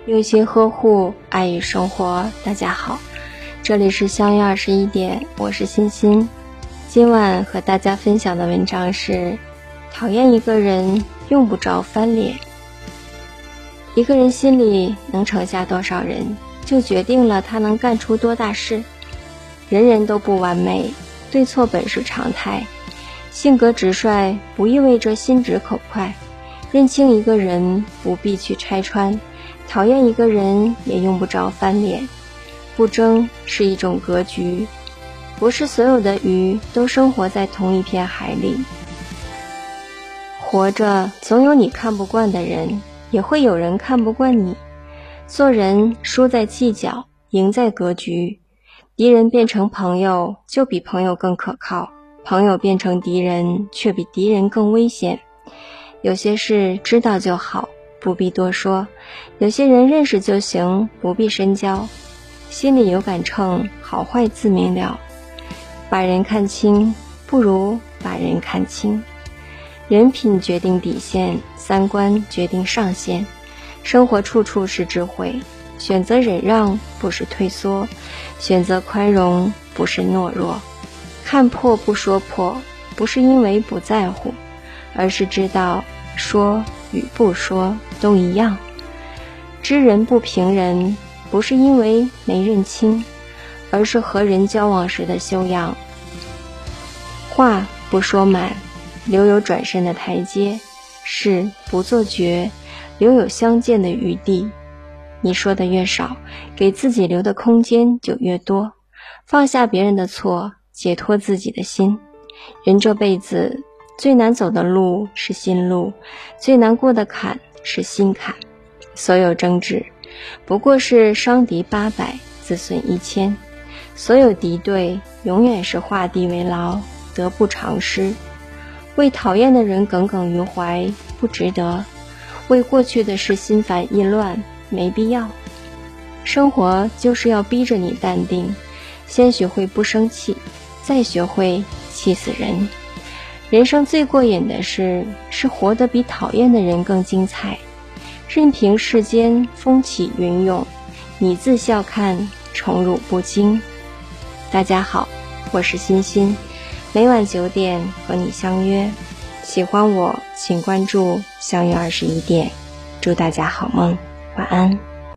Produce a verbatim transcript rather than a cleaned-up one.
用心呵护，爱与生活。大家好，这里是相约二十一点，我是欣欣。今晚和大家分享的文章是：讨厌一个人用不着翻脸。一个人心里能盛下多少人，就决定了他能干出多大事。人人都不完美，对错本是常态。性格直率不意味着心直口快。认清一个人不必去拆穿，讨厌一个人也用不着翻脸。不争是一种格局，不是所有的鱼都生活在同一片海里。活着总有你看不惯的人，也会有人看不惯你。做人输在计较，赢在格局。敌人变成朋友，就比朋友更可靠；朋友变成敌人，却比敌人更危险。有些事知道就好，不必多说；有些人认识就行，不必深交。心里有杆秤，好坏自明了。把人看清，不如把人看清。人品决定底线，三观决定上限。生活处处是智慧，选择忍让不是退缩，选择宽容不是懦弱。看破不说破，不是因为不在乎，而是知道说与不说都一样。知人不评人，不是因为没认清，而是和人交往时的修养。话不说满，留有转身的台阶；事不做绝，留有相见的余地。你说的越少，给自己留的空间就越多。放下别人的错，解脱自己的心。人这辈子最难走的路是心路，最难过的坎是心坎。所有争执不过是伤敌八百，自损一千。所有敌对永远是画地为牢，得不偿失。为讨厌的人耿耿于怀，不值得；为过去的事心烦意乱，没必要。生活就是要逼着你淡定，先学会不生气，再学会气死人。人生最过瘾的事，是活得比讨厌的人更精彩。任凭世间风起云涌，你自笑看宠辱不惊。大家好，我是欣欣，每晚九点和你相约。喜欢我请关注相约二十一点。祝大家好梦，晚安。